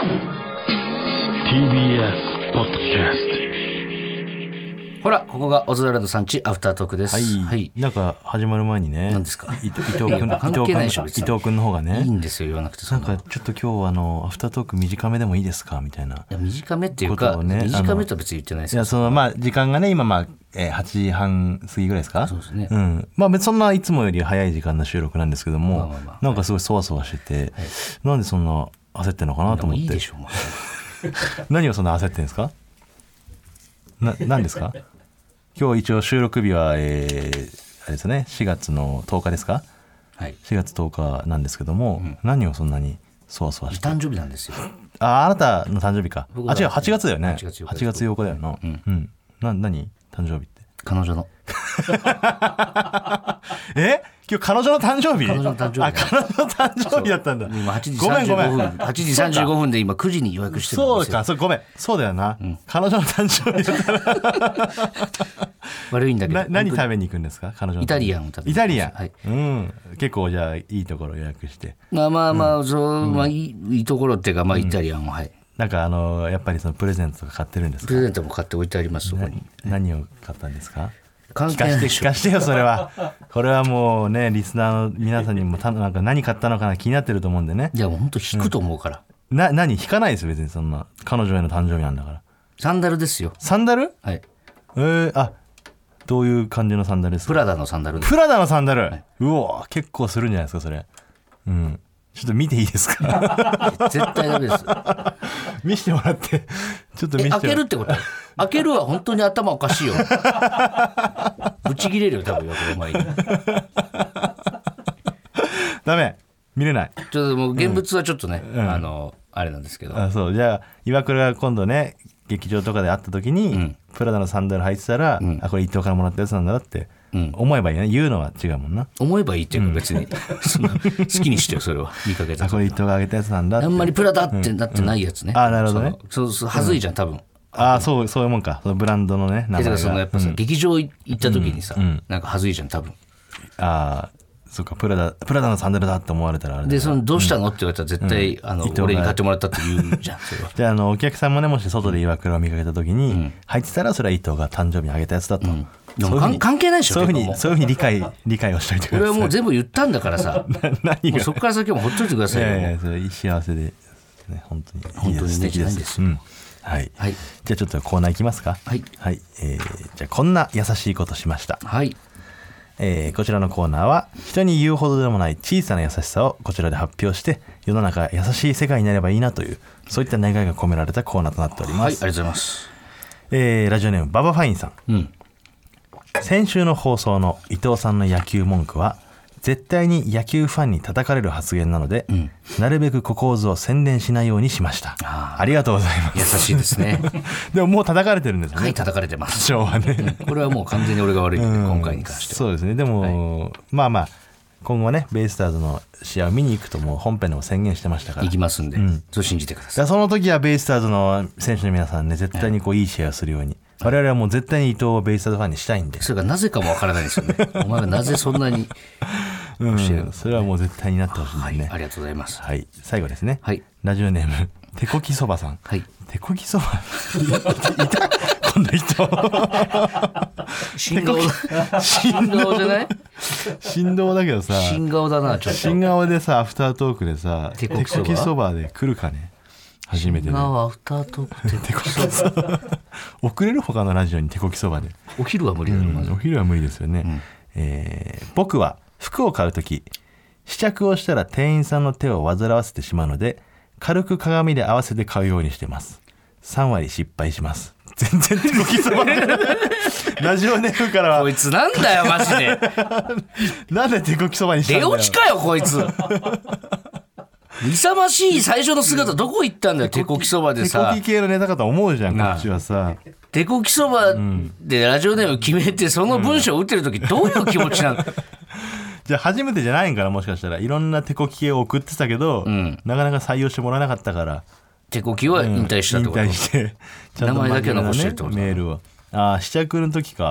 TBS ポッドキャスト。ほら、ここがオズワルドさんちアフタートークです。 はい、なんか始まる前にね、 何ですか。 伊藤君の方がね、 いいんですよ、言わなくて。 なんかちょっと今日アフタートーク短めでもいいですかみたいな。いや、短めっていうか、ね、短めとは別に言ってないですけど、 いや、時間がね、今8時半過ぎぐらいですか。 そうですね。 別にそんないつもより早い時間の収録なんですけども、なんかすごいそわそわしてて、なんでそんな焦ってんのかなと思って。 いいでしょう、 何をそんな焦ってんですか。何ですか。今日一応収録日は、あれですね、4月の10日ですか。 はい、 4月10日なんですけども、何をそんなにそわそわして。 誕生日なんですよ。 あなたの誕生日か。違う、8月だよね。8月8日だよな。何誕生日って。 彼女の今日彼女の誕生日。 彼女の誕生日。 彼女の誕生日だったんだ。 今8時35分。8時35分で今9時に予約してるんですよ。 そうか、ごめん。そうだよな。彼女の誕生日だったら悪いんだけど。 何食べに行くんですか、彼女の。 イタリアンを食べに行く。 イタリアン。 はい。 結構じゃあいいところ予約して。 いいところっていうか、イタリアンを、はい。 なんかやっぱりそのプレゼントとか買ってるんですか。 プレゼントも買って置いてあります。そこに。 何を買ったんですか。 聞かしてよ、それは。これはもうね、リスナーの皆さんにもなんか何買ったのかな気になってると思うんでね。 いや、もう本当引くと思うから。 何引かないですよ、別に。そんな彼女への誕生日なんだから。 サンダルですよ。 サンダル。 はい。 どういう感じのサンダルですか。 プラダのサンダル。 プラダのサンダル、はい、うわ結構するんじゃないですかそれ。ちょっと見ていいですか。 絶対ダメです。 見せてもらって。ちょっと見せて。 開けるってこと。開けるは本当に頭おかしいよ。ぶち切れるよ多分よ、この前に。 ダメ、見れない。 ちょっともう現物はちょっとね、あれなんですけど。 そう、じゃあ岩倉が今度ね劇場とかで会った時に、プラダのサンダル履いてたら、これ伊藤からもらったやつなんだなって思えばいいね。言うのは違うもんな。 思えばいいっていうか別に、好きにしてよそれは。見かけた。 これ伊藤があげたやつなんだって。 あんまりプラダってなってないやつね。 なるほどね。 そうはずいじゃん多分。 そういうもんか。そのブランドのね名前が。 やっぱさ、劇場行った時にさ、なんかはずいじゃん多分。 そうか、プラダのサンダルだって思われたらあれで、どうしたのって言われたら絶対、俺に買ってもらったって言うじゃん。 じゃあお客さんもね、もし外で岩倉を見かけた時に、入ってたらそれは伊藤が誕生日にあげたやつだと。 でも関係ないでしょ。 そういうふうに理解をしといてください。 俺はもう全部言ったんだからさ。 何が。 そこから先はもうほっといてくださいよ。 いやそれ幸せでね、本当に素敵です。はい。じゃあちょっとコーナーいきますか。 はい。 じゃあこんな優しいことしました。 はい。 こちらのコーナーは人に言うほどでもない小さな優しさをこちらで発表して世の中優しい世界になればいいなというそういった願いが込められたコーナーとなっております。 はい、ありがとうございます。 ラジオネームババファインさん、先週の放送の伊藤さんの野球文句は絶対に野球ファンに叩かれる発言なので、なるべくここを宣伝しないようにしました。ありがとうございます。 優しいですね。 でももう叩かれてるんですよね。 はい、叩かれてます。 昭和ね。 これはもう完全に俺が悪いので、今回に関しては。 そうですね。でも、今後ねベイスターズの試合を見に行くともう本編でも宣言してましたから行きますんで、そう信じてください。 その時はベイスターズの選手の皆さんね絶対にいい試合をするように、我々はもう絶対に伊藤をベイスターズファンにしたいんで。 それがなぜかもわからないですよね。お前がなぜそんなにそれはもう絶対になってほしいんでね。 ありがとうございます。 最後ですね。 はい。 ラジオネーム手こきそばさん。 はい。 手こきそばいたこんな人。 新顔じゃない？ 新顔だけどさ。 新顔だなちょっと。 新顔でさアフタートークでさ手こきそばで来るかね。初めてで。 アフタートーク手こきそば。 遅れる他のラジオに手こきそばで。 お昼は無理だろまず。 お昼は無理ですよね。僕は服を買うとき試着をしたら店員さんの手を煩わせてしまうので軽く鏡で合わせて買うようにしてます。3割失敗します。全然手こきそばラジオネームからはこいつなんだよマジで。 なんで手こきそばにしたんだよ。 出落ちかよこいつ。勇ましい最初の姿どこ行ったんだよ。手こきそばでさ。 手こき系のネタかと思うじゃんこっちはさ。 手こきそばでラジオネーム決めてその文章を打ってる時どういう気持ちなの。 じゃあ初めてじゃないんかな。もしかしたらいろんな手こき系を送ってたけど、なかなか採用してもらえなかったから手こきは引退したってこと、 引退して名前だけ残してるってことメールを試着の時か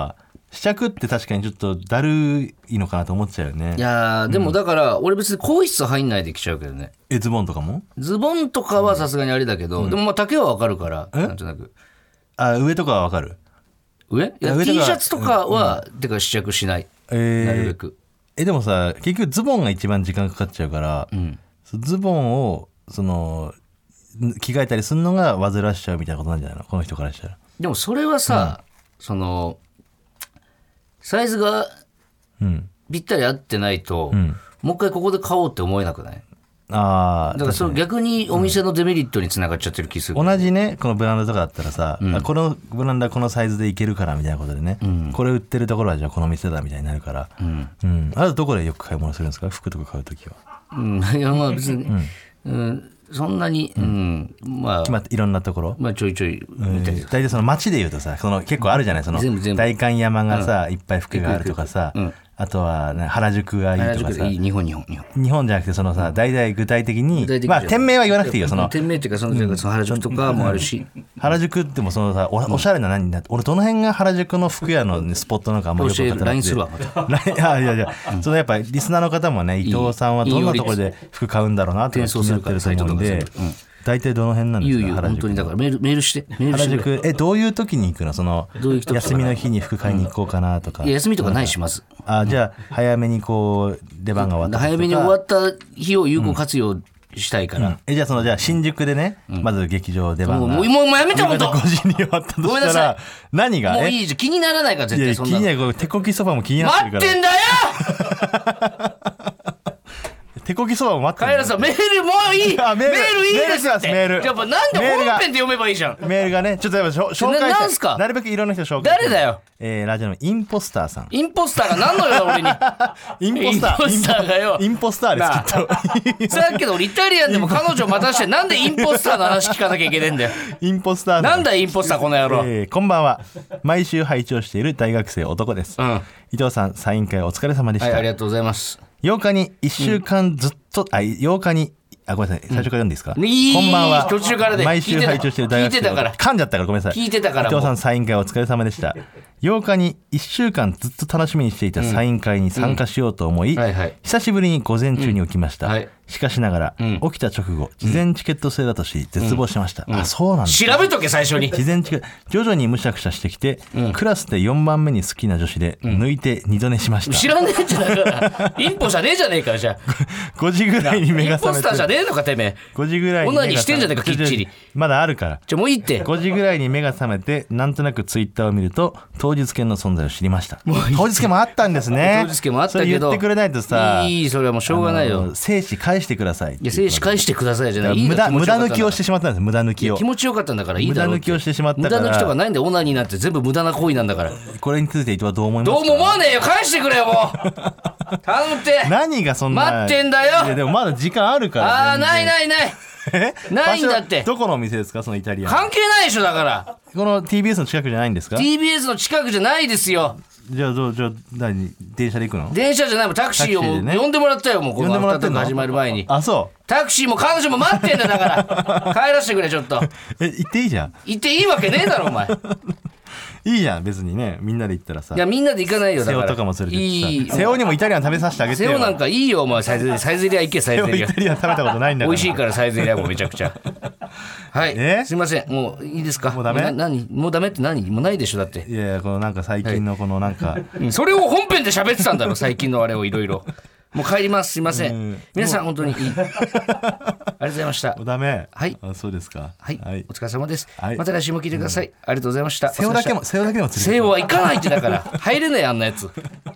試着って確かにちょっとだるいのかなと思っちゃうよね。 いやーでもだから俺別に更衣室入んないで来ちゃうけどね。 ズボンとかもズボンとかはさすがにあれだけど、でもまあ丈はわかるからなんとなく。 上とかはわかる？ 上？いや上とか T シャツとかは、てか試着しない、なるべく。 でもさ結局ズボンが一番時間かかっちゃうから、ズボンをその着替えたりするのが煩わしちゃうみたいなことなんじゃないのこの人からしたら。 でもそれはさ、そのサイズがぴったり合ってないと、もう一回ここで買おうって思えなくない？ ああ、 だからその逆にお店のデメリットにつながっちゃってる気する。 同じねこのブランドとかだったらさ、このブランドはこのサイズでいけるからみたいなことでね、これ売ってるところはじゃあこの店だみたいになるから、あとどこでよく買い物するんですか？服とか買うときは。 いやまあ別に、そんなに、まあいろんなところ、 まあちょいちょい見たりとか、 大体その街でいうとさその結構あるじゃないその全部代官山がさ、いっぱい服があるとかさ、あとは、ね、原宿がいいとかさ、 日本じゃなくてそのさ大体具体的にまあ店名は言わなくていいよその店名っていうかその原宿とかもあるし、 原宿ってもそのさ おしゃれな何だって俺どの辺が原宿の服屋の、ね、スポットなのかあんまりよく分からなくて LINE するわまたいや、そのやっぱリスナーの方もね伊藤さんはどんなところで服買うんだろうなって気になってると思うんで、大体どの辺なんですか？原宿本当にだからメールして原宿どういう時に行くの？その休みの日に服買いに行こうかなとか、 休みとかないしますじゃあ早めにこう出番が終わった早めに終わった日を有効活用したいから、 じゃあ新宿でね、まず劇場出番がもうやめて本当 5時に終わったとしたら何がもういいじゃん気にならないから絶対そんなの。 気になる手こきそばも気になってるから待ってんだよ手こきそばも待ってる。 カエラさんメールもういいメールいいですって。 メールやっぱなんで本編で読めばいいじゃん。 メールがねちょっとやっぱ紹介なんすか？ なるべくいろんな人紹介。 誰だよ。 ラジオのインポスターさん。 インポスターが何のよ俺に。 インポスターがよ。 インポスターですきっと。 さっきの俺イタリアンでも彼女待たしてなんでインポスターの話聞かなきゃいけねえんだよ。 インポスターなんだインポスターこの野郎。 こんばんは。毎週拝聴している大学生男です。伊藤さんサイン会お疲れ様でした。 はいありがとうございます。 8日に1週間ずっと、8日にごめんなさい最初から読んでいいですか？こんばんは。 途中からで毎週拝聴している大学生聞いてたから噛んじゃったからごめんなさい。 聞いてたから伊藤さんサイン会お疲れ様でした。8日に1週間ずっと楽しみにしていたサイン会に参加しようと思い、久しぶりに午前中に起きました。しかしながら、起きた直後事前チケット制だとし絶望しました。そうなんです、 調べとけ最初に。 事前チケット徐々にむしゃくしゃしてきて、クラスで4番目に好きな女子で、抜いて二度寝しました。 知らねえんじゃないからインポじゃねえじゃねえかじゃあ 5時ぐらいに目が覚めてインポスターじゃねえのかてめえ。 5時ぐらいにオナニーしてんじゃねえかきっちり。 まだあるからもういいって 5時ぐらいに目が覚めてなんとなくツイッターを見ると当日券の存在を知りました。当日券もあったんですね。 当日券もあったけどそれ言ってくれないとさいいそれはもうしょうがないよ。 精子返してください。 いや精子返してくださいじゃない。 無駄抜きをしてしまったんです。無駄抜きを気持ちよかったんだからいいだろう。 無駄抜きをしてしまったから。 無駄抜きとかないんでオナニーなんて全部無駄な行為なんだから。 これについて伊藤はどう思いますか？ どうも思わねえよ返してくれよもう頼むって何がそんな待ってんだよ。 いやでもまだ時間あるからないないんだって。 どこのお店ですかそのイタリアン？ 関係ないでしょだから。 この TBS の近くじゃないんですか？ TBS の近くじゃないですよ。 じゃあ何電車で行くの？ 電車じゃないもんタクシーをもう呼んでもらったよもうこのアフタートーク始まる前に。 あそうタクシーも彼女も待ってんだよだから帰らせてくれちょっと。 行っていいじゃん。 行っていいわけねえだろお前。 いいじゃん別にねみんなで行ったらさ。 いやみんなで行かないよだから。 瀬尾とかも連れてってさ。瀬尾にもイタリアン食べさせてあげてよ。 瀬尾なんかいいよお前サイゼリア行けサイゼリア。 イタリアン食べたことないんだから。 美味しいからサイゼリアもめちゃくちゃ。はいすいませんもういいですか？ もうダメ？ もうダメって何？もうないでしょだって。 いやこのなんか最近のこのなんか、 それを本編で喋ってたんだろ最近のあれをいろいろ。もう帰りますすいません。皆さん本当にいい。ありがとうございました。 ダメ。 はいあそうですか。 はい、お疲れ様です。 はい、 また来週も聞いてください。ありがとうございました。 瀬尾だけも瀬尾は行かないってだから入れないあんなやつ。